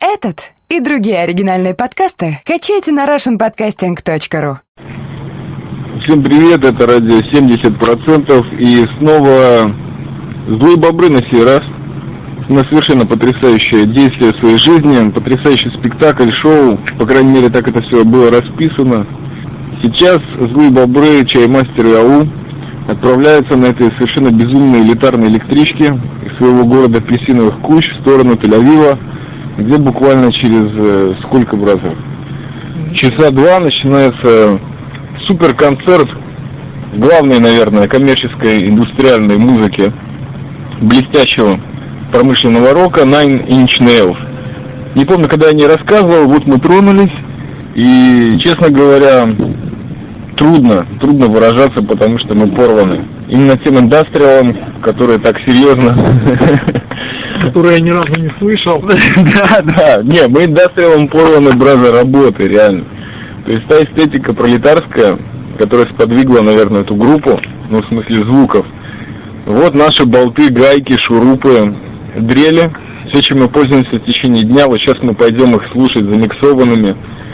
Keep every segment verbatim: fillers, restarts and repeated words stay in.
Этот и другие оригинальные подкасты качайте на рашн подкастинг точка ру. Всем привет, это радио семьдесят процентов, и снова «Злые бобры» на сей раз. У нас совершенно потрясающее действие в своей жизни, потрясающий спектакль, шоу, по крайней мере так это все было расписано. Сейчас «Злые бобры», чаймастер и АУ отправляются на этой совершенно безумной элитарной электричке из своего города апельсиновых куч в сторону Тель-Авива, где буквально через э, сколько, бразер? Часа два начинается суперконцерт главной, наверное, коммерческой индустриальной музыки блестящего промышленного рока Nine Inch Nails. Не помню, когда я не рассказывал, вот мы тронулись, и, честно говоря, трудно, трудно выражаться, потому что мы порваны. Именно тем индастриалом, который так серьезно... Который я ни разу не слышал. Да, да, не, мы индастриалом порваны, браза, работы, реально. То есть та эстетика пролетарская, которая сподвигла, наверное, эту группу, ну, в смысле звуков. Вот наши болты, гайки, шурупы, дрели, все, чем мы пользуемся в течение дня. Вот сейчас мы пойдем их слушать замиксованными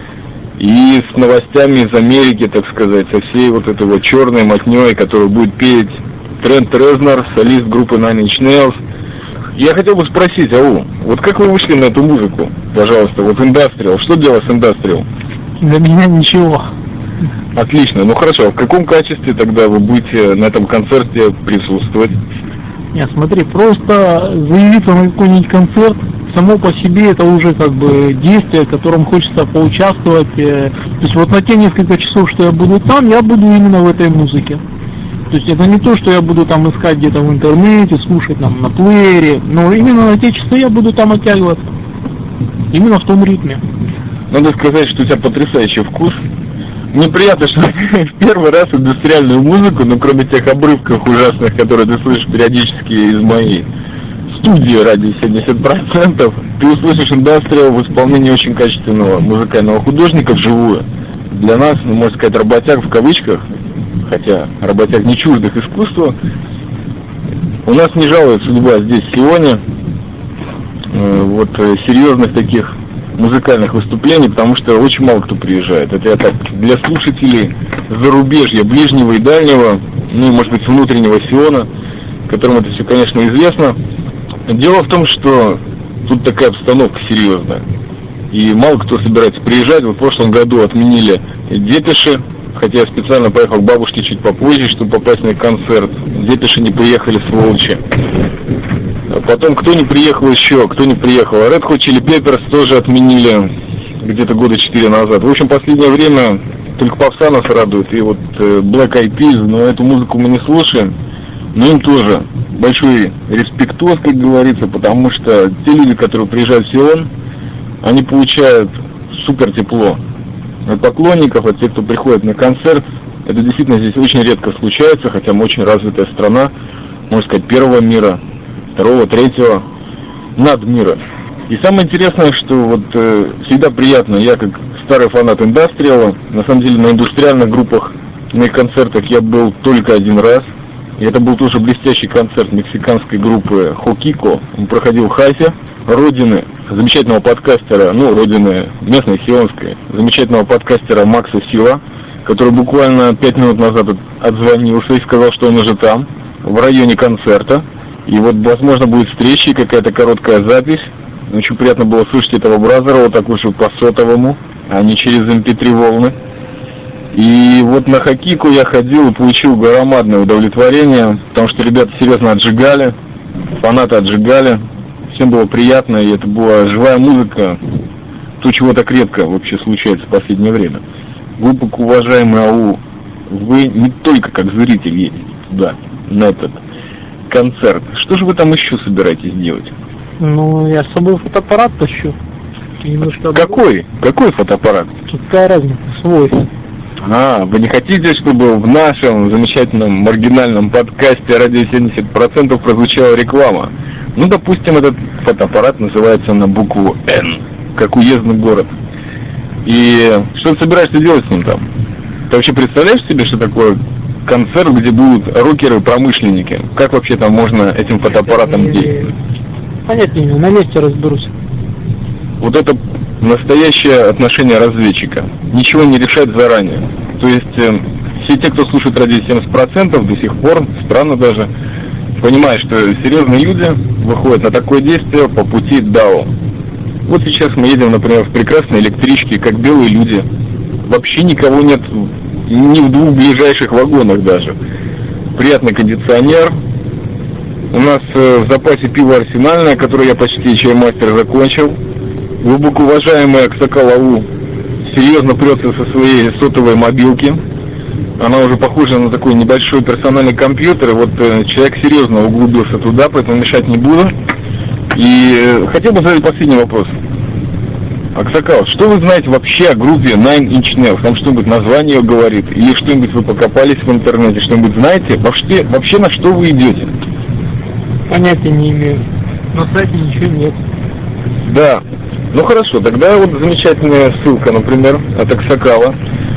и с новостями из Америки, так сказать, со всей вот этой вот черной мотней, которую будет петь Трент Резнор, солист группы Nine Inch Nails. Я хотел бы спросить, ау, вот как вы вышли на эту музыку, пожалуйста, вот индастриал, что делать с индастриал? Для меня ничего. Отлично, ну хорошо, а в каком качестве тогда вы будете на этом концерте присутствовать? Нет, смотри, просто заявиться на какой-нибудь концерт, само по себе это уже как бы действие, в котором хочется поучаствовать. То есть вот на те несколько часов, что я буду там, я буду именно в этой музыке. То есть это не то, что я буду там искать где-то в интернете, слушать там на плеере, но именно на те часы я буду там оттягиваться. Именно в том ритме. Надо сказать, что у тебя потрясающий вкус. Мне приятно, что в первый раз индустриальную музыку, ну кроме тех обрывков ужасных, которые ты слышишь периодически из моей студии радио семьдесят процентов, ты услышишь индастриал в исполнении очень качественного музыкального художника вживую. Для нас, ну можно сказать, работяг в кавычках, хотя работяг не чуждых искусства, у нас не жалует судьба здесь, в Сионе, э, вот э, серьезных таких музыкальных выступлений, потому что очень мало кто приезжает. Это я так для слушателей зарубежья, ближнего и дальнего, ну, может быть, внутреннего Сиона, которым это все, конечно, известно. Дело в том, что тут такая обстановка серьезная, и мало кто собирается приезжать. Вот в прошлом году отменили Депеши, хотя я специально поехал к бабушке чуть попозже, чтобы попасть на концерт. Депеши не приехали, сволочи. Потом, кто не приехал еще, кто не приехал. Red Hot Chili Peppers тоже отменили где-то года четыре назад. В общем, в последнее время только попса нас радует. И вот Black Eyed Peas, но эту музыку мы не слушаем. Но им тоже большой респектоз, как говорится, потому что те люди, которые приезжают в Сион, они получают супер тепло от поклонников, от тех, кто приходит на концерт. Это действительно здесь очень редко случается, хотя мы очень развитая страна, можно сказать, первого мира, второго, третьего, над мира. И самое интересное, что вот э, всегда приятно, я как старый фанат индастриала, на самом деле на индустриальных группах, на их концертах я был только один раз. И это был тоже блестящий концерт мексиканской группы Хокико. Он проходил в Хасе, родины замечательного подкастера, ну, родины местной сионской, замечательного подкастера Макса Сила, который буквально пять минут назад отзвонился и сказал, что он уже там, в районе концерта. И вот, возможно, будет встреча и какая-то короткая запись. Очень приятно было слышать этого бразера вот так уже по сотовому, а не через эм пи три волны. И вот на Хокику я ходил и получил громадное удовлетворение, потому что ребята серьезно отжигали, фанаты отжигали, всем было приятно, и это была живая музыка, то, чего так редко вообще случается в последнее время. Глубоко уважаемый АУ, вы не только как зритель едете туда, на этот концерт, что же вы там еще собираетесь делать? Ну, я с собой фотоаппарат тащу. Немножко Какой? Какой фотоаппарат? Какая разница? Свой. А, вы не хотите, чтобы в нашем замечательном маргинальном подкасте радио семьдесят процентов прозвучала реклама? Ну, допустим, этот фотоаппарат называется на букву Н, как уездный город. И что ты собираешься делать с ним там? Ты вообще представляешь себе, что такое концерт, где будут рокеры-промышленники? Как вообще там можно этим фотоаппаратом действовать? Понятно, на месте разберусь. вот это настоящее отношение разведчика. Ничего не решать заранее. То есть э, все те, кто слушает радио семьдесят процентов, до сих пор, странно даже, понимают, что серьезные люди выходят на такое действие по пути дао. Вот сейчас мы едем, например, в прекрасной электричке, как белые люди. Вообще никого нет ни в двух ближайших вагонах даже. Приятный кондиционер. У нас э, в запасе пиво арсенальное, которое я почти чаймастер закончил. Глубоко уважаемая Аксакал АУ серьезно прется со своей сотовой мобилки. Она уже похожа на такой небольшой персональный компьютер. И вот э, человек серьезно углубился туда, поэтому мешать не буду. И э, хотел бы задать последний вопрос. Аксакал, что вы знаете вообще о группе Nine Inch Nails? Там что-нибудь название говорит? Или что-нибудь вы покопались в интернете? Что-нибудь знаете? Вообще, вообще на что вы идете? Понятия не имею. На сайте ничего нет. Да. Ну хорошо, тогда вот замечательная ссылка, например, от Аксакала.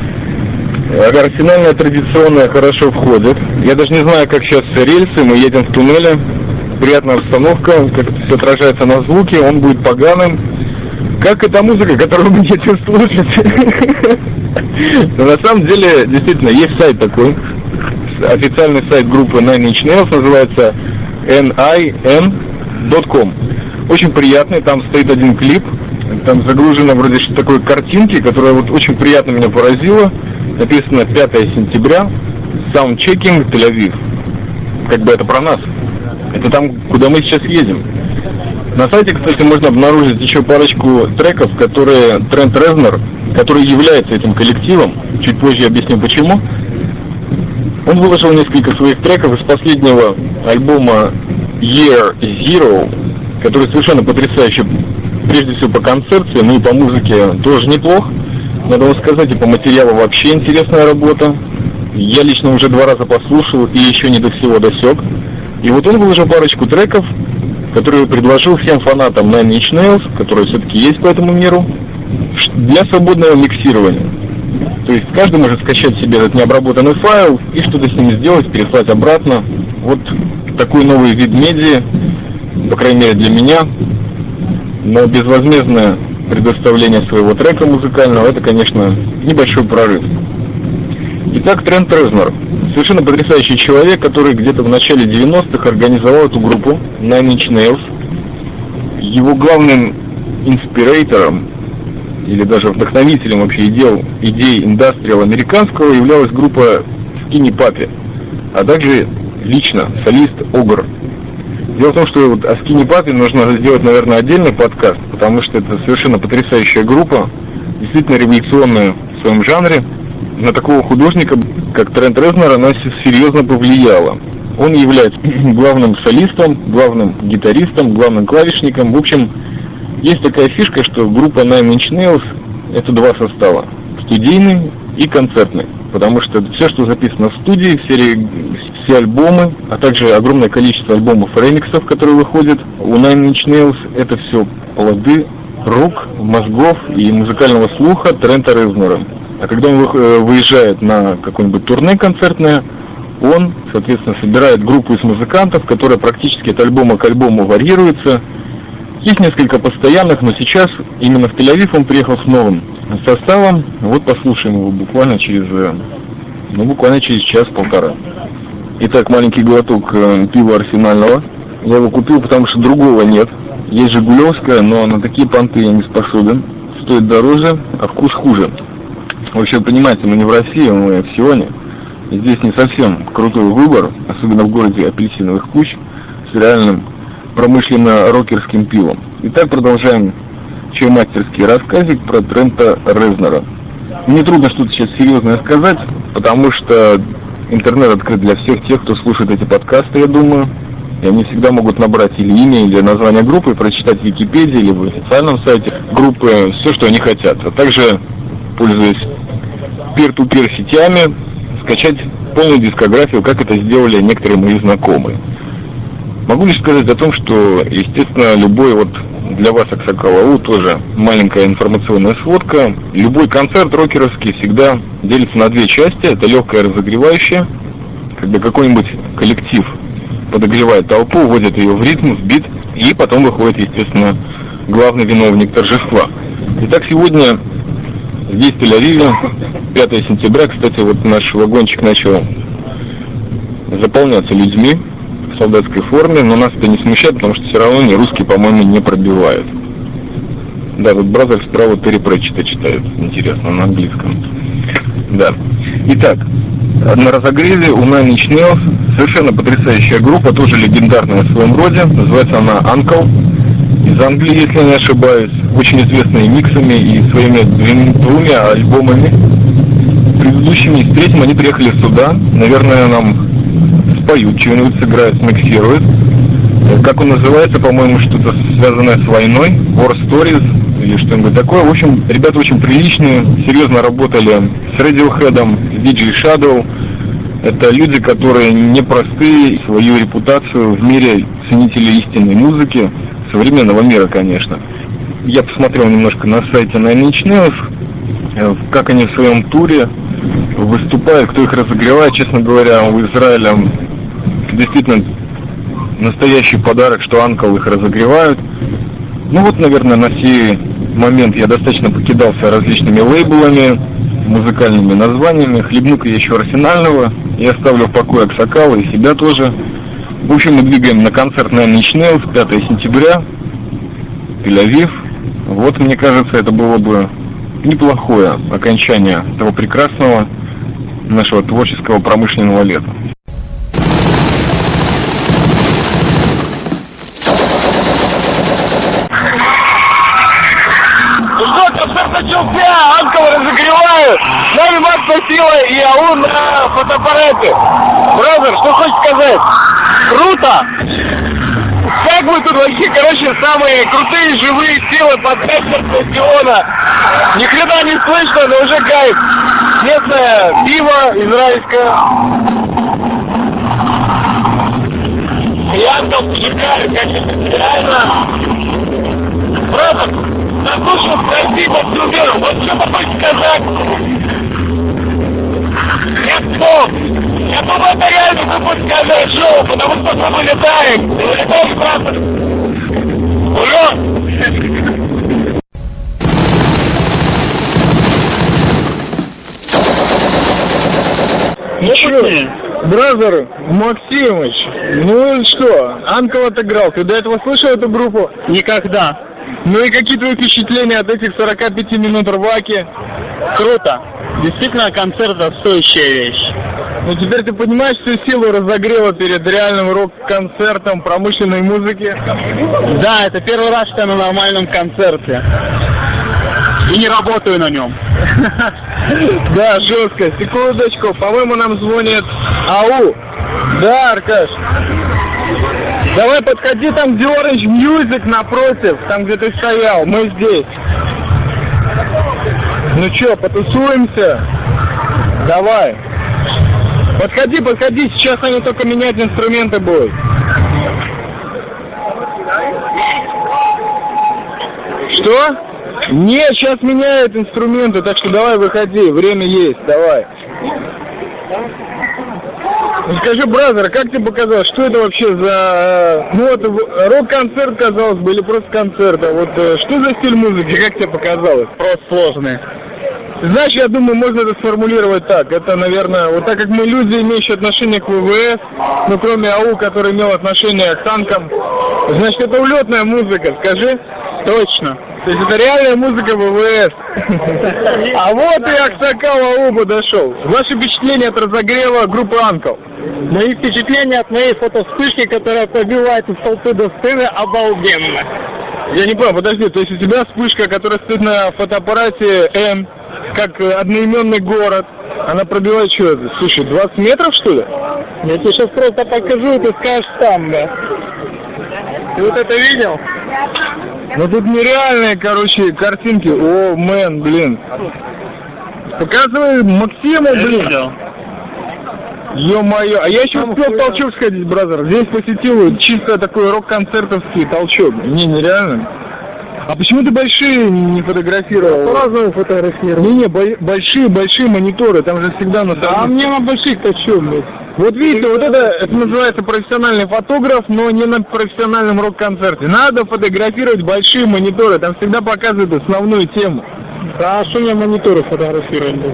Арсенальная традиционная хорошо входит. Я даже не знаю, как сейчас рельсы, мы едем в туннеле. Приятная обстановка, как это все отражается на звуке, он будет поганым. Как эта музыка, которую вы будете слушать. Но на самом деле, действительно, есть сайт такой. Официальный сайт группы Nine Inch Nails называется эн ай эн точка ком. Очень приятный, там стоит один клип. Там загружено вроде что такой картинки, которая вот очень приятно меня поразила. Написано пятое сентября, саундчекинг, Тель-Авив. Как бы это про нас. Это там, куда мы сейчас едем. На сайте, кстати, можно обнаружить еще парочку треков, которые Трент Резнор, который является этим коллективом, чуть позже я объясню почему. Он выложил несколько своих треков из последнего альбома Year Zero, который совершенно потрясающий, прежде всего по концепции, ну и по музыке тоже неплох. Надо вам сказать, и по материалу вообще интересная работа. Я лично уже два раза послушал и еще не до всего досек. И вот он выложил парочку треков, которые предложил всем фанатам Nine Inch Nails, которые все-таки есть по этому миру, для свободного миксирования. То есть каждый может скачать себе этот необработанный файл и что-то с ним сделать, переслать обратно. Вот такой новый вид медиа, по крайней мере для меня, но безвозмездное предоставление своего трека музыкального, это, конечно, небольшой прорыв. Итак, Трент Резнор. Совершенно потрясающий человек, который где-то в начале девяностых организовал эту группу Nine Inch Nails. Его главным инспиратором или даже вдохновителем вообще идей, идей индастриал американского являлась группа Skinny Puppy, а также лично солист Огр. Дело в том, что вот о Skinny Puppy нужно сделать, наверное, отдельный подкаст, потому что это совершенно потрясающая группа, действительно революционная в своем жанре. На такого художника, как Трент Резнор, она серьезно повлияла. Он является главным солистом, главным гитаристом, главным клавишником. В общем, есть такая фишка, что группа Nine Inch Nails — это два состава. Студийный и концертный. Потому что все, что записано в студии, все, все альбомы, а также огромное количество альбомов и ремиксов, которые выходят у Nine Inch Nails, это все плоды рук, мозгов и музыкального слуха Трента Резнора. А когда он выезжает на какое-нибудь турне концертное, он, соответственно, собирает группу из музыкантов, которая практически от альбома к альбому варьируется. Есть несколько постоянных, но сейчас именно в Тель-Авив он приехал с новым составом. Вот послушаем его буквально через, ну, буквально через час-полтора. Итак, маленький глоток пива арсенального. Я его купил, потому что другого нет. Есть жигулевская, но на такие понты я не способен. Стоит дороже, а вкус хуже. Вообще, понимаете, мы не в России, мы в Сионе. И здесь не совсем крутой выбор, особенно в городе апельсиновых куч, с реальным промышленно-рокерским пивом. Итак, продолжаем чаймастерский рассказик про Трента Резнора. Мне трудно что-то сейчас серьезное сказать, потому что интернет открыт для всех тех, кто слушает эти подкасты, я думаю. И они всегда могут набрать или имя, или название группы, прочитать в Википедии, или в официальном сайте группы, все, что они хотят. А также, пользуясь пир-ту-пир сетями, скачать полную дискографию, как это сделали некоторые мои знакомые. Могу лишь сказать о том, что, естественно, любой, вот для вас, Аксакал АУ, тоже маленькая информационная сводка. Любой концерт рокеровский всегда делится на две части. Это легкая разогревающая, когда какой-нибудь коллектив подогревает толпу, вводит ее в ритм, в бит, и потом выходит, естественно, главный виновник торжества. Итак, сегодня здесь, в Тель-Авиве, пятое сентября, кстати, вот наш вагончик начал заполняться людьми в солдатской форме, но нас это не смущает, потому что все равно ни русские, по-моему, не пробивают. Да, тут Бразер справа Терри Претчета читает, интересно, на английском. Да. Итак, на разогреве у Nine Inch Nails совершенно потрясающая группа, тоже легендарная в своем роде, называется она Uncle, из Англии, если я не ошибаюсь, очень известные миксами и своими двумя альбомами предыдущими, и с третьим они приехали сюда, наверное, нам споют, что-нибудь сыграют, смиксируют. Как он называется, по-моему, что-то связанное с войной, War Stories или что-нибудь такое. В общем, ребята очень приличные, серьезно работали с Radiohead, с ди джей Shadow. Это люди, которые непростые, свою репутацию в мире ценителей истинной музыки, современного мира, конечно. Я посмотрел немножко на сайте Nine Inch Nails, как они в своем туре выступают, кто их разогревает. Честно говоря, у Израиля действительно настоящий подарок, что Uncle их разогревают. Ну вот, наверное, на сей момент я достаточно покидался различными лейблами, музыкальными названиями. Хлебну-ка я еще арсенального и оставлю в покое Аксакала и себя тоже. В общем, мы двигаем на концерт Nine Inch Nails, пятое сентября, Тель-Авив. Вот, мне кажется, это было бы неплохое окончание того прекрасного нашего творческого промышленного лета. Начался, Анкл разогревают, нами Макса Сила и АУ на фотоаппарате. Бразер, что хочешь сказать? Круто! Как вы тут вообще, короче, самые крутые живые силы подкастер стадиона. Ни хрена не слышно, но уже кайф. Местное пиво израильское. И Анкл шикарен, конечно, реально. Бразер, заслушал спасибо супер, вот что могу сказать. Нет слов. Я думаю, это реально выпускное шоу, потому что мы вылетаем. Вылетаем, правда. Ура! Ну что, Бразер Максимыч, ну что, Анкл отыграл. Ты до этого слышал эту группу? Никогда. Ну и какие твои впечатления от этих сорока пяти минут рваки? Круто. Действительно, концерт — это стоящая вещь. Ну теперь ты понимаешь всю силу разогрева перед реальным рок-концертом промышленной музыки? Да, это первый раз, что я на нормальном концерте. И не работаю на нем. Да, жестко. Секундочку, по-моему, нам звонит АУ. Да, Аркаш. Давай подходи там, где Orange Music напротив, там, где ты стоял, мы здесь. Ну чё, потусуемся? Давай. Подходи, подходи, сейчас они только менять инструменты будут. Что? Нет, сейчас меняют инструменты, так что давай выходи, время есть, давай. Ну скажи, Бразер, как тебе показалось, что это вообще за... Ну вот рок-концерт, казалось бы, или просто концерт, а вот что за стиль музыки, как тебе показалось? Просто сложный. Знаешь, я думаю, можно это сформулировать так. Это, наверное, вот так как мы люди, имеющие отношение к ВВС, ну кроме АУ, который имел отношение к танкам, значит, это улетная музыка, скажи? Точно. То есть это реальная музыка ВВС. А вот и Аксакал АУ подошел. Ваши впечатления от разогрева группы Анкл? Мои впечатления от моей фотовспышки, которая пробивается с толпы до сцены, обалденно. Я не понял, подожди, то есть у тебя вспышка, которая стоит на фотоаппарате М, как одноименный город, она пробивает что это? Слушай, двадцать метров, что ли? Я тебе сейчас просто покажу, и ты скажешь сам, да. Ты вот это видел? Ну тут нереальные, короче, картинки. О, мэн, блин. Показывай Максиму, блин. Ё-моё. А я еще успел в толчок сходить, бразер. Здесь посетил чисто такой рок-концертовский толчок. Не, нереально. А почему ты большие не фотографировал? По-разному фотографировал. Не-не, большие-большие мониторы, там же всегда на... Да, а мне на больших-то чё, блядь? Вот видите, вот это, это называется профессиональный фотограф, но не на профессиональном рок-концерте. Надо фотографировать большие мониторы, там всегда показывают основную тему. А что мне мониторы фотографировать будет?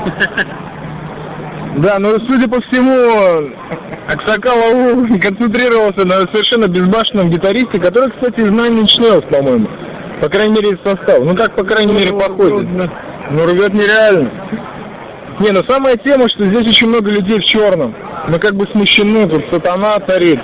Да, но судя по всему, Аксакал концентрировался на совершенно безбашенном гитаристе, который, кстати, из Nine Inch Nails, по-моему. По крайней мере, из состава. Ну как, по крайней мере, походит. Ну рвет нереально. Не, ну самая тема, что здесь очень много людей в черном. Мы как бы смущены, тут сатана царит.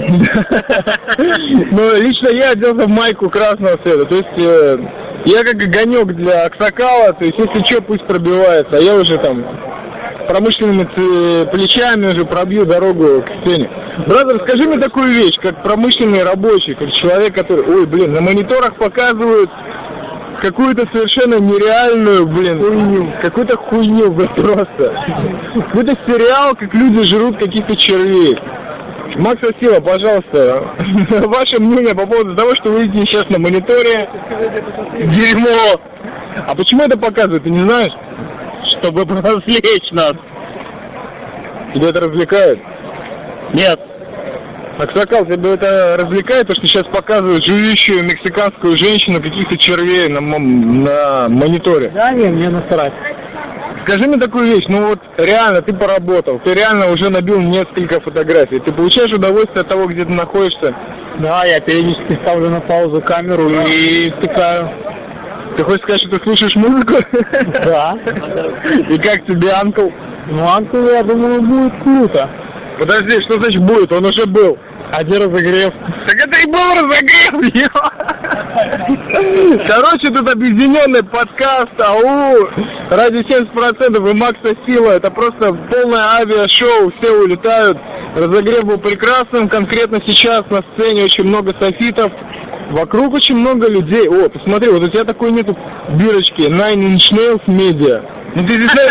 Но лично я оделся в майку красного цвета. То есть я как огонек для Аксакала, то есть если что, пусть пробивается, а я уже там промышленными плечами уже пробью дорогу к сцене. Бразер, скажи мне такую вещь, как промышленный рабочий, как человек, который... Ой, блин, на мониторах показывают какую-то совершенно нереальную, блин, хуйню. Какую-то хуйню, блин, просто. Какой-то сериал, как люди жрут каких-то червей. Макс Василов, пожалуйста, ваше мнение по поводу того, что вы видите сейчас на мониторе. Дерьмо. А почему это показывают, ты не знаешь? Чтобы развлечь нас. Тебя это развлекает? Нет. Аксакал, тебя это развлекает, то, что сейчас показывают жующую мексиканскую женщину каких-то червей на, на мониторе? Да, нет, мне насрать. Скажи мне такую вещь, ну вот реально ты поработал, ты реально уже набил несколько фотографий, ты получаешь удовольствие от того, где ты находишься? Да, я периодически ставлю на паузу камеру и втыкаю. Ты хочешь сказать, что ты слушаешь музыку? Да. И как тебе Анкл? Ну, Анкл, я думаю, будет круто. Подожди, что значит будет? Он уже был. А где разогрев? Так это и был разогрев! Короче, тут объединенный подкаст АУ, ради семьдесят процентов и Макса Сила. Это просто полное авиашоу, все улетают. Разогрев был прекрасным, конкретно сейчас на сцене очень много софитов. Вокруг очень много людей. О, посмотри, вот у тебя такой нету бирочки Nine Inch Nails Media. Ну ты здесь...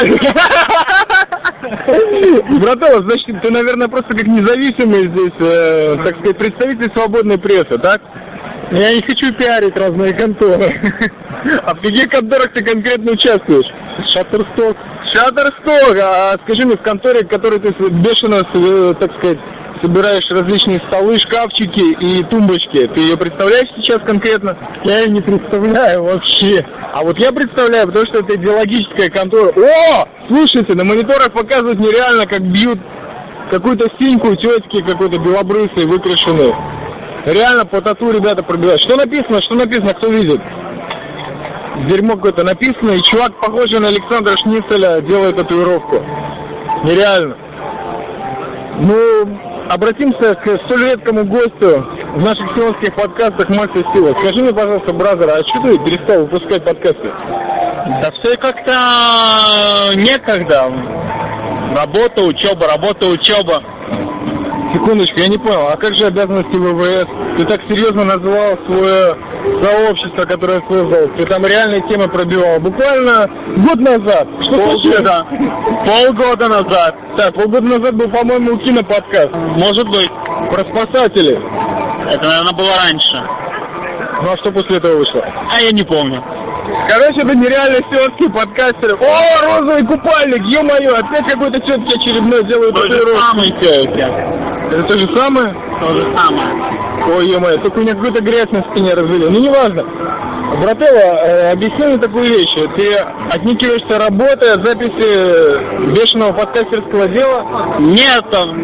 Братова, значит, ты, наверное, просто как независимый здесь, э, так сказать, представитель свободной прессы, так? Я не хочу пиарить разные конторы. А в каких конторах ты конкретно участвуешь? Шаттерсток. Шаттерсток! А скажи мне, в конторе, в которой ты бешено, так сказать, собираешь различные столы, шкафчики и тумбочки, ты ее представляешь сейчас конкретно? Я ее не представляю вообще. А вот я представляю, потому что это идеологическая контора. О! Слушайте, на мониторах показывают нереально, как бьют какую-то синьку тетки какой-то белобрысой, выкрашенной. Реально по тату ребята пробивают. Что написано? Что написано? Кто видит? Дерьмо какое-то написано, и чувак, похожий на Александра Шницеля, делает татуировку. Нереально. Ну, обратимся к столь редкому гостю в наших сионских подкастах Макса Сила. Скажи мне, пожалуйста, бразер, а что ты перестал выпускать подкасты? Да все как-то некогда. Работа, учеба, работа, учеба. Секундочку, я не понял, а как же обязанности ВВС? Ты так серьезно назвал свое сообщество, которое создал? Ты там реальные темы пробивал. Буквально год назад. Что Полгода. Полгода назад. Так, полгода назад был, по-моему, киноподкаст. Может быть. Про спасателей. Это, наверное, было раньше. Ну а что после этого вышло? А я не помню. Короче, это нереально сионские подкастеры. О, розовый купальник, ё-моё, опять какой-то тетки очередной делают татуировку. То же самое тетя. Это то же самое? То же самое. Ой, ё-моё, только у меня какую-то грязь на спине развели. Ну, неважно. Брателло, э, объясни мне такую вещь. Ты отникиваешься работой от записи бешеного подкастерского дела? Нет,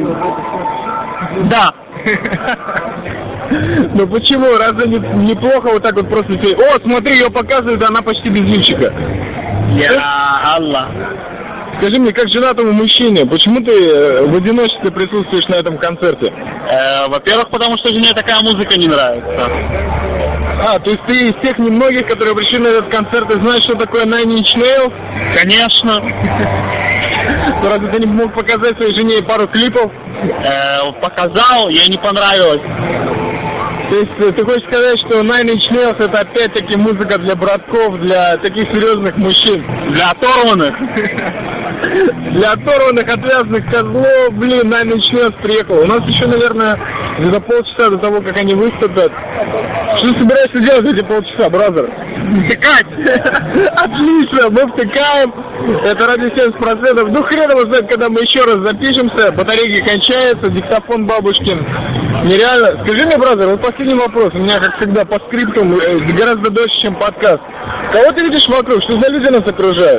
да. Ну почему? Разве не, неплохо вот так вот просто... О, смотри, ее показывают, она почти без лифчика. Я Аллах. Скажи мне, как женатому мужчине, почему ты в одиночестве присутствуешь на этом концерте? Э, во-первых, потому что жене такая музыка не нравится. А, то есть ты из тех немногих, которые пришли на этот концерт, и знаешь, что такое Nine Inch Nails? Конечно. То разве ты не мог показать своей жене пару клипов? Э, показал, ей не понравилось. То есть ты хочешь сказать, что Nine Inch Nails это опять-таки музыка для братков, для таких серьезных мужчин? Для оторванных. Для оторванных, отвязанных козлов, блин, Nine Inch Nails приехал. У нас еще, наверное, за полчаса до того, как они выступят. Что ты собираешься делать эти полчаса, бразер? Втыкать. Отлично, мы втыкаем. Это ради семьдесят процентов. Ну хрен его знает, когда мы еще раз запишемся, батарейки кончаются, диктофон бабушкин. Нереально. Скажи мне, бразер, вот последний вопрос. У меня, как всегда, по скриптам гораздо дольше, чем подкаст. Кого ты видишь вокруг? Что за люди нас окружают?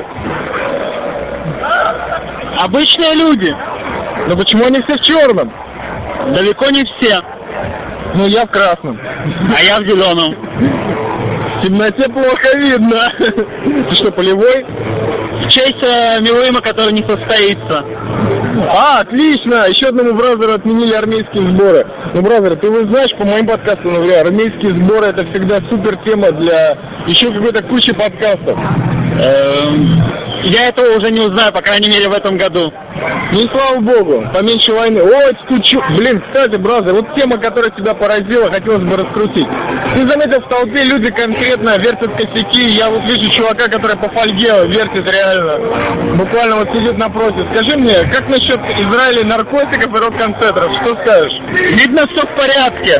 Обычные люди. Но почему они все в черном? Далеко не все. Ну, я в красном. А я в зеленом. В темноте плохо видно. Ты что, полевой? В честь э, Милуима, который не состоится. А, отлично! Еще одному бразеру отменили армейские сборы. Ну, бразер, ты вот знаешь, по моим подкастам, например, армейские сборы — это всегда супер тема для еще какой-то кучи подкастов. Эм, я этого уже не узнаю, по крайней мере, в этом году. Ну и слава богу, поменьше войны. Ой, стучу. Блин, кстати, бразер, вот тема, которая тебя поразила, хотелось бы раскрутить. Ты заметил, в толпе люди конкретно вертят косяки. Я вот вижу чувака, который по фольге вертит реально. Буквально вот сидит напротив. Скажи мне, как насчет Израиля наркотиков и рок-концентров? Что скажешь? Видно, все в порядке.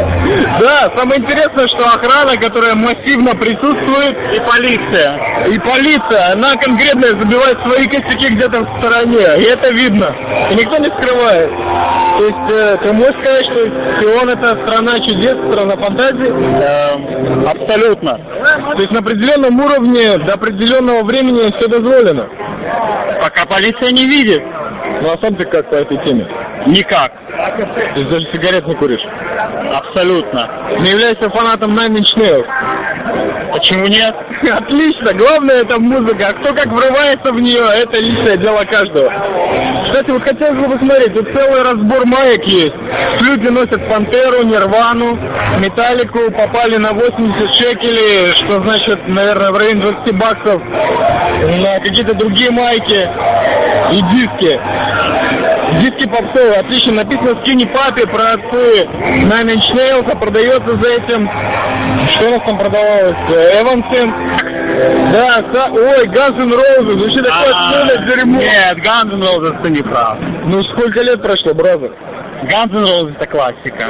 Да, самое интересное, что охрана, которая массивно присутствует, И полиция. и полиция, она конкретно забивает свои косяки где-то в стороне. И это видно. И никто не скрывает. То есть э, ты можешь сказать, что Сион — это страна чудес, страна фантазии? Эм, абсолютно. То есть на определенном уровне до определенного времени все дозволено. Пока полиция не видит. Ну а сам ты как по этой теме? Никак. То есть даже сигарет не куришь? Абсолютно. Не являешься фанатом Nine Inch Nails? Почему нет? Отлично, главное это музыка, а кто как врывается в нее, это личное дело каждого. Кстати, вот хотелось бы посмотреть, тут целый разбор маек есть. Люди носят Пантеру, Нирвану, Металлику, попали на восемьдесят шекелей, что значит, наверное, в районе двадцать баксов, на какие-то другие майки и диски. Диски попсовые, отлично, написано «Skinny Papi» про отцы Nine Inch Nails, а продается за этим, что у нас там продавалось, Эвансен. Да, са... ой, Guns N' Roses, вообще такое отстойное дерьмо. Нет, Guns N' Roses ты не прав. Ну сколько лет прошло, бразер? Guns N' Roses это классика.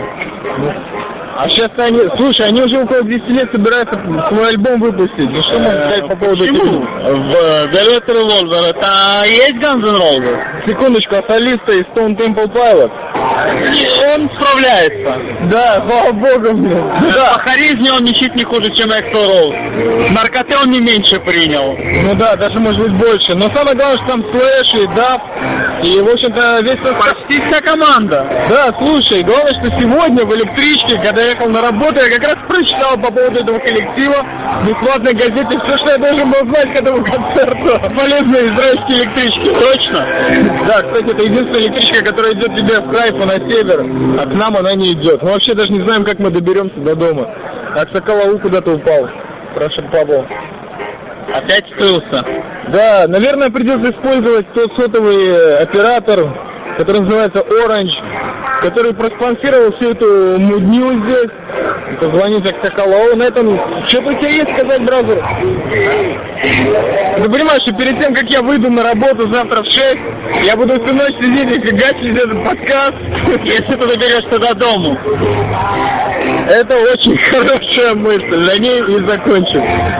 А сейчас они, слушай, они уже около десяти лет собираются свой альбом выпустить. Ну что можно сказать по поводу Почему? этого? В Velvet Revolver это есть Guns N' Roses? Секундочку, а солиста из Stone Temple Pilots? Он справляется. Да, слава богу, блин. Да. По харизме он ничуть не хуже, чем Эксо Роуз. Наркоты он не меньше принял. Ну да, даже может быть больше. Но самое главное, что там Слэш и Даб. И, в общем-то, весь состав... Почти вся команда. Да, слушай, главное, что сегодня в электричке, когда я ехал на работу, я как раз прочитал по поводу этого коллектива в бесплатной газете все, что я должен был знать к этому концерту. Полезные израильские электрички. Точно? Да, кстати, это единственная электричка, которая идет тебе в Хайфу на север, а к нам она не идет. Мы вообще даже не знаем, как мы доберемся до дома. Аксакалау куда-то упал. Прошерпабл. Опять скрылся. Да, наверное, придется использовать тот сотовый оператор, который называется Orange, который проспонсировал всю эту мудню здесь. Позвонить Аксакалау. На этом что-то у тебя есть сказать, бразер? Ты понимаешь, что перед тем, как я выйду на работу завтра в шесть, я буду всю ночь сидеть и фигачить этот подкаст, если ты доберешься до дому. Это очень хорошая мысль, на ней и закончим.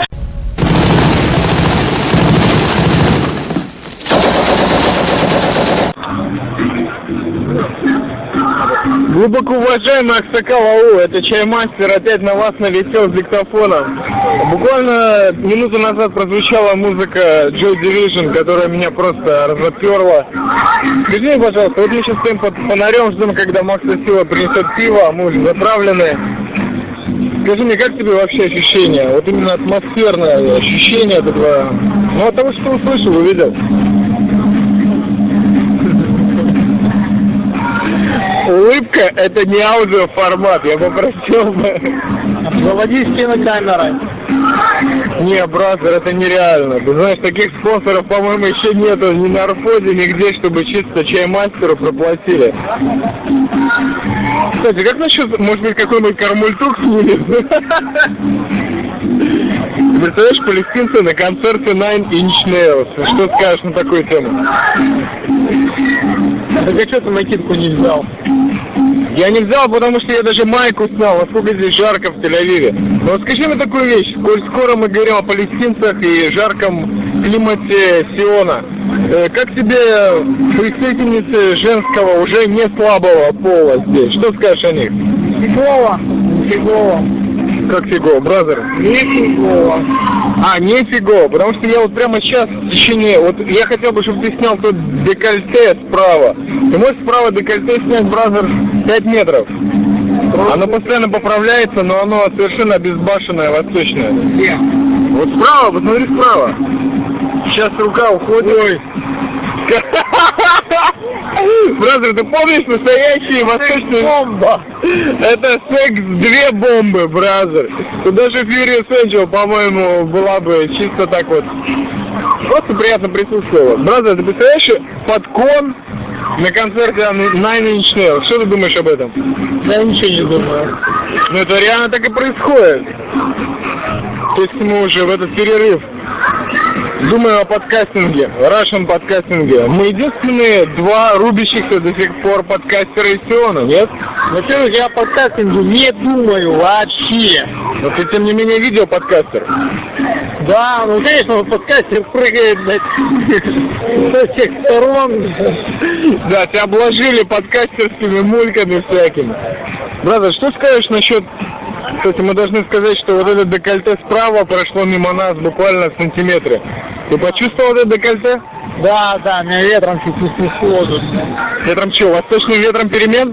Глубоко уважаемый Аксакалау, это чаймастер опять на вас налетел с диктофоном. Буквально минуту назад прозвучала музыка Joy Division, которая меня просто разоперла. Скажи мне, пожалуйста, вот мы сейчас стоим под фонарем, ждем, когда Макса Сила принесет пиво, а мы уже заправлены. Скажи мне, как тебе вообще ощущение? Вот именно атмосферное ощущение от этого, ну, от того, что ты услышал, увидел. Улыбка — это не аудиоформат, я попросил бы. Заводи стену камерой. Не, бразер, это нереально. Ты знаешь, таких спонсоров, по-моему, еще нету ни на Арфоде, нигде, чтобы чисто чаймастеру проплатили. Кстати, как насчет, может быть, какой-нибудь кармультук снимет? Представляешь, палестинцы на концерте Nine Inch Nails. Что скажешь на такую тему? Так а что ты накидку не взял? Я не взял, потому что я даже майку снял, насколько здесь жарко в Тель-Авиве. Но вот скажи мне такую вещь, коль скоро мы говорим о палестинцах и жарком климате Сиона, э, как тебе представительницы женского, уже не слабого пола здесь? Что скажешь о них? Фигово, фигово. Как фигово, бразер? Не фигово. А, не фигово, потому что я вот прямо сейчас в течение, вот я хотел бы, чтобы ты снял тут декольте справа. Ты можешь справа декольте снять, бразер, пять метров. Оно постоянно поправляется, но оно совершенно обезбашенное, восточное. Где? Вот справа, посмотри справа. Сейчас рука уходит. Ой. Бразер, ты помнишь настоящие восточные... Бомба! Это секс две бомбы, бразер. Тут даже Furious Angel, по-моему, была бы чисто так вот. Просто приятно присутствовала. Бразер, ты представляешь, подкон на концерте Nine Inch Nails? Что ты думаешь об этом? Я ничего не думаю. Ну это реально так и происходит. То есть мы уже в этот перерыв думаю о подкастинге, Russian подкастинге. Мы единственные два рубящихся до сих пор подкастера из Сиона, нет? Во-первых, я о подкастинге не думаю вообще. Но ты, тем не менее, видеоподкастер. Да, ну, конечно, подкастер прыгает, блядь, со всех сторон. Да, тебя обложили подкастерскими мульками всякими. Бразер, что скажешь насчет... Кстати, мы должны сказать, что вот это декольте справа прошло мимо нас буквально в сантиметре. Ты почувствовал это декольте? Да, да, меня ветром чуть-чуть снесло тут. Ветром что, восточным ветром перемен?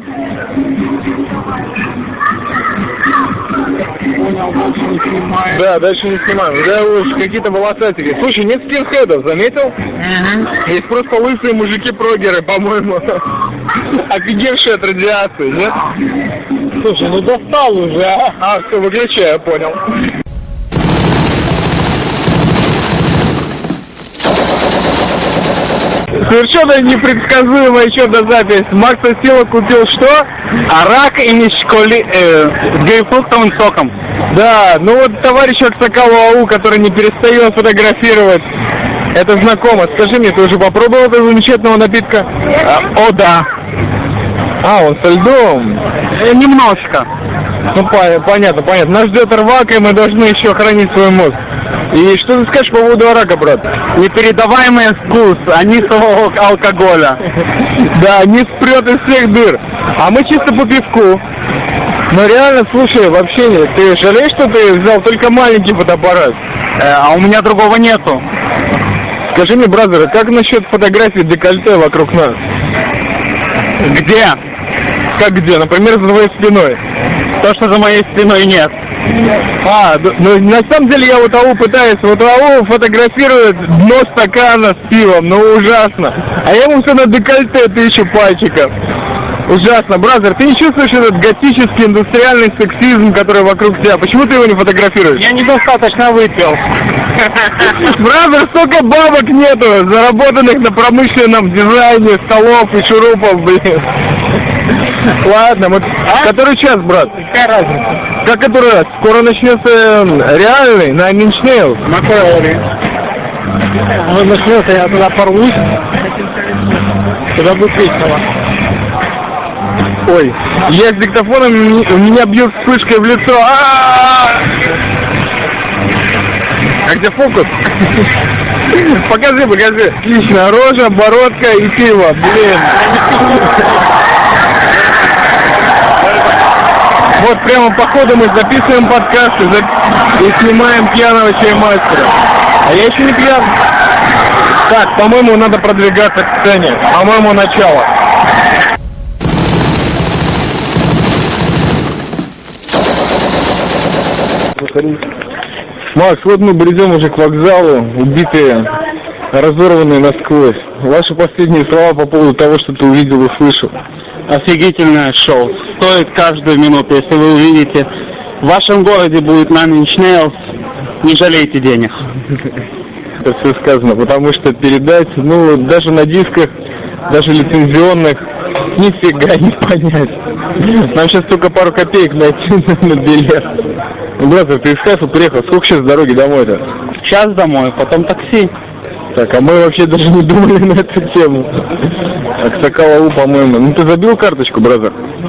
Понял, больше не снимаю. Да, дальше не снимаем. Да уж, какие-то волосатики. Слушай, нет скинхедов, заметил? Угу. Есть просто лысые мужики-прогеры, по-моему, офигевшие от радиации, нет? Слушай, ну достал уже, а? А, все, выключай, я понял. Совершенно непредсказуемая еще-то запись. Макс Сила купил что? Арак и мешколи э, с грейпфрутовым соком. Да, ну вот товарищ Аксакалу Ау, который не перестает фотографировать, это знакомо. Скажи мне, ты уже попробовал этого замечательного напитка? А, о, да. А, он со льдом? Э, немножко. Ну, понятно, понятно. Нас ждет рвак, и мы должны еще хранить свой мозг. И что ты скажешь по поводу арака, брат? Непередаваемый вкус анисового алкоголя. Да, не спрет из всех дыр. А мы чисто по пивку. Но реально, слушай, вообще нет. Ты жалеешь, что ты взял только маленький фотоаппарат? Э, а у меня другого нету. Скажи мне, бразер, как насчет фотографий декольте вокруг нас? Где? Как где? Например, за твоей спиной. То, что за моей спиной нет. А, ну на самом деле я вот Ау пытаюсь, вот Ау фотографирует дно стакана с пивом, ну ужасно. А я ему все на декольте тысячу пальчиков. Ужасно, бразер, ты не чувствуешь этот готический индустриальный сексизм, который вокруг тебя? Почему ты его не фотографируешь? Я недостаточно выпил. Бразер, столько бабок нету, заработанных на промышленном дизайне столов и шурупов, блин. Ладно, вот а? Который час, брат? Какая разница? Как который раз? Скоро начнется реальный Nine Inch Nails. На колоре. Он начнется, я туда порвусь. Туда будет весело. Ой, я с диктофоном, у меня бьет вспышкой в лицо. А-а-а! А где фокус? Покажи, покажи. Отлично, рожа, бородка и пиво, блин. Вот прямо по ходу мы записываем подкасты и снимаем пьяного чаймастера. А я еще не пьян. Так, по-моему, надо продвигаться к сцене. По-моему, начало. Макс, вот мы бредем уже к вокзалу, убитые, разорванные насквозь. Ваши последние слова по поводу того, что ты увидел и услышал. Офигительное шоу. Стоит каждую минуту. Если вы увидите, в вашем городе будет Nine Inch Nails, не жалейте денег. Это все сказано, потому что передать, ну, даже на дисках, даже лицензионных, нифига не понять. Нам сейчас только пару копеек найти на билет. Ну, брат, ты из Хайфа приехал, сколько сейчас дороги домой-то? Час домой, потом такси. Так, а мы вообще даже не думали на эту тему. Аксакал ау, по-моему. Ну ты забил карточку, бразер?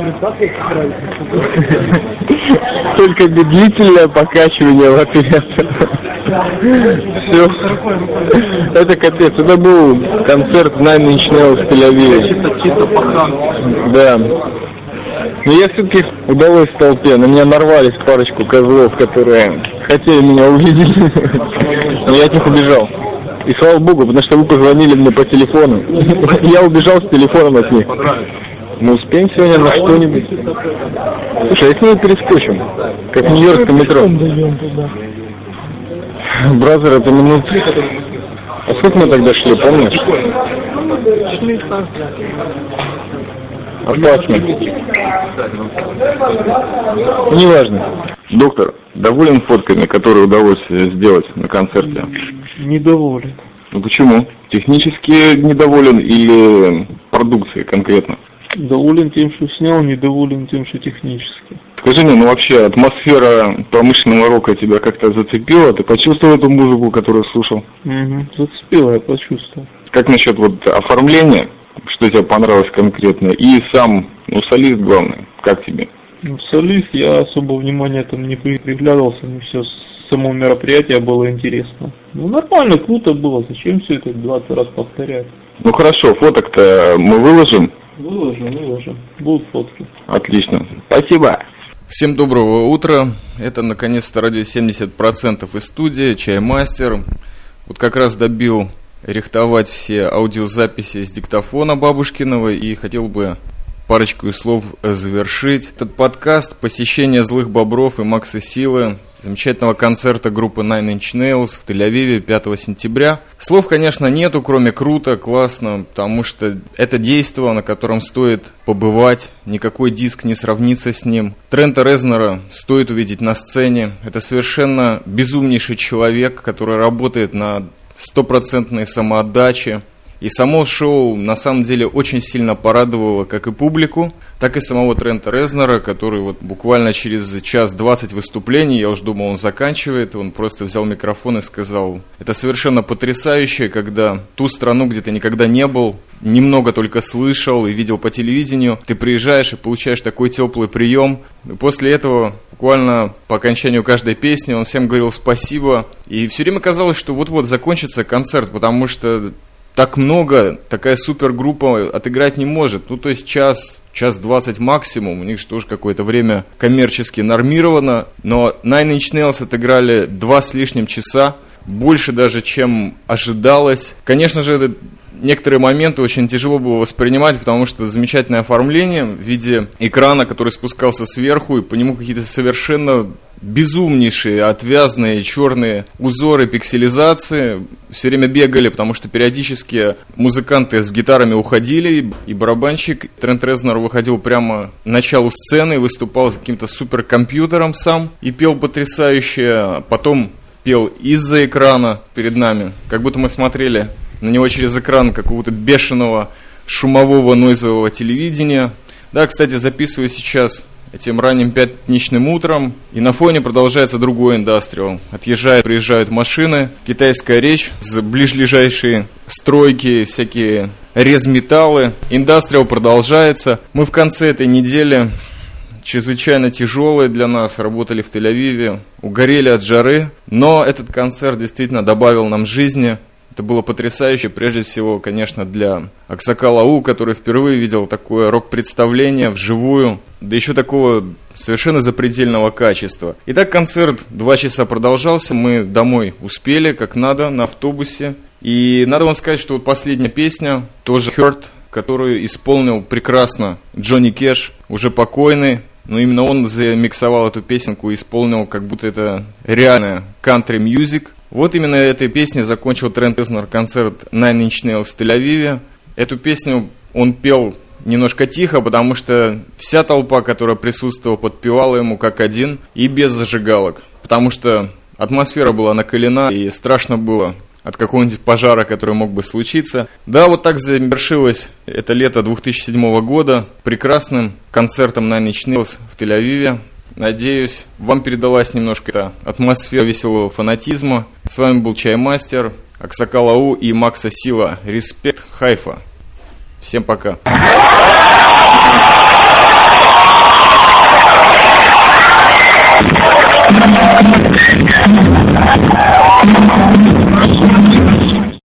Только длительное покачивание в ответ. Все. Это капец. Это был концерт Nine Inch Nails в Тель-Авиве. Чисто пахан. Да. Но я все-таки удалось в толпе. На меня нарвались парочку козлов, которые хотели меня увидеть. Но я от них убежал. И слава богу, потому что вы позвонили мне по телефону. Я убежал с телефоном от них. Мы успеем сегодня на что-нибудь? Слушай, а если мы перескочим, как в Нью-Йоркском метро? Бразер, это минут... А сколько мы тогда шли, помнишь? Опасно. Неважно. Доктор, доволен фотками, которые удалось сделать на концерте? Недоволен. Ну почему? Технически недоволен или продукцией конкретно? Доволен тем, что снял, недоволен тем, что технически. Скажи мне, ну вообще атмосфера промышленного рока тебя как-то зацепила? Ты почувствовал эту музыку, которую слушал? Угу, зацепила, я почувствовал. Как насчет вот оформления? Что тебе понравилось конкретно? И сам, ну, солист главный, как тебе? Ну, солист, я особо внимания там не приглядывался, мне все само мероприятие было интересно. Ну, нормально, круто было, зачем все это двадцать раз повторять? Ну хорошо, фоток-то мы выложим? Выложим, выложим, будут фотки. Отлично, спасибо. Всем доброго утра, это наконец-то радио семьдесят процентов из студии, Чаймастер. Вот как раз добил рихтовать все аудиозаписи с диктофона бабушкиного и хотел бы парочку слов завершить. Этот подкаст «Посещение злых бобров» и Макса Силы, замечательного концерта группы Nine Inch Nails в Тель-Авиве пятого сентября. Слов, конечно, нету, кроме круто, классно, потому что это действо, на котором стоит побывать, никакой диск не сравнится с ним. Трента Резнора стоит увидеть на сцене. Это совершенно безумнейший человек, который работает на стопроцентной самоотдаче. И само шоу на самом деле очень сильно порадовало как и публику, так и самого Трента Резнора, который вот буквально через час двадцать выступлений, я уже думал, он заканчивает, он просто взял микрофон и сказал: это совершенно потрясающе, когда ту страну, где ты никогда не был, немного только слышал и видел по телевидению, ты приезжаешь и получаешь такой теплый прием. И после этого буквально по окончанию каждой песни он всем говорил спасибо. И все время казалось, что вот-вот закончится концерт, потому что так много, такая супергруппа отыграть не может. Ну, то есть час, час двадцать максимум. У них же тоже какое-то время коммерчески нормировано. Но Nine Inch Nails отыграли два с лишним часа. Больше даже, чем ожидалось. Конечно же, некоторые моменты очень тяжело было воспринимать, потому что замечательное оформление в виде экрана, который спускался сверху, и по нему какие-то совершенно безумнейшие, отвязные, черные узоры пикселизации. Все время бегали, потому что периодически музыканты с гитарами уходили, и барабанщик Трент Резнор выходил прямо к началу сцены, выступал с каким-то суперкомпьютером сам и пел потрясающе. Потом пел из-за экрана перед нами, как будто мы смотрели на него через экран какого-то бешеного шумового нойзового телевидения. Да, кстати, записываю сейчас этим ранним пятничным утром, и на фоне продолжается другой индастриал. Отъезжают, приезжают машины, китайская речь, ближайшие стройки, всякие резметаллы. Индастриал продолжается. Мы в конце этой недели, чрезвычайно тяжелые для нас, работали в Тель-Авиве, угорели от жары, но этот концерт действительно добавил нам жизни. Это было потрясающе, прежде всего, конечно, для Аксакала ау, который впервые видел такое рок-представление вживую, да еще такого совершенно запредельного качества. Итак, концерт два часа продолжался, мы домой успели, как надо, на автобусе. И надо вам сказать, что вот последняя песня, тоже Hurt, которую исполнил прекрасно Джонни Кэш, уже покойный. Но именно он замиксовал эту песенку и исполнил, как будто это реальная кантри-мьюзик. Вот именно этой песней закончил Трент Резнор концерт Nine Inch Nails в Тель-Авиве. Эту песню он пел немножко тихо, потому что вся толпа, которая присутствовала, подпевала ему как один и без зажигалок. Потому что атмосфера была накалена и страшно было от какого-нибудь пожара, который мог бы случиться. Да, вот так завершилось это лето две тысячи седьмого года прекрасным концертом Nine Inch Nails в Тель-Авиве. Надеюсь, вам передалась немножко эта атмосфера веселого фанатизма. С вами был Чаймастер. Аксакал.ау и Макса Сила. Респект, Хайфа. Всем пока. Thank you.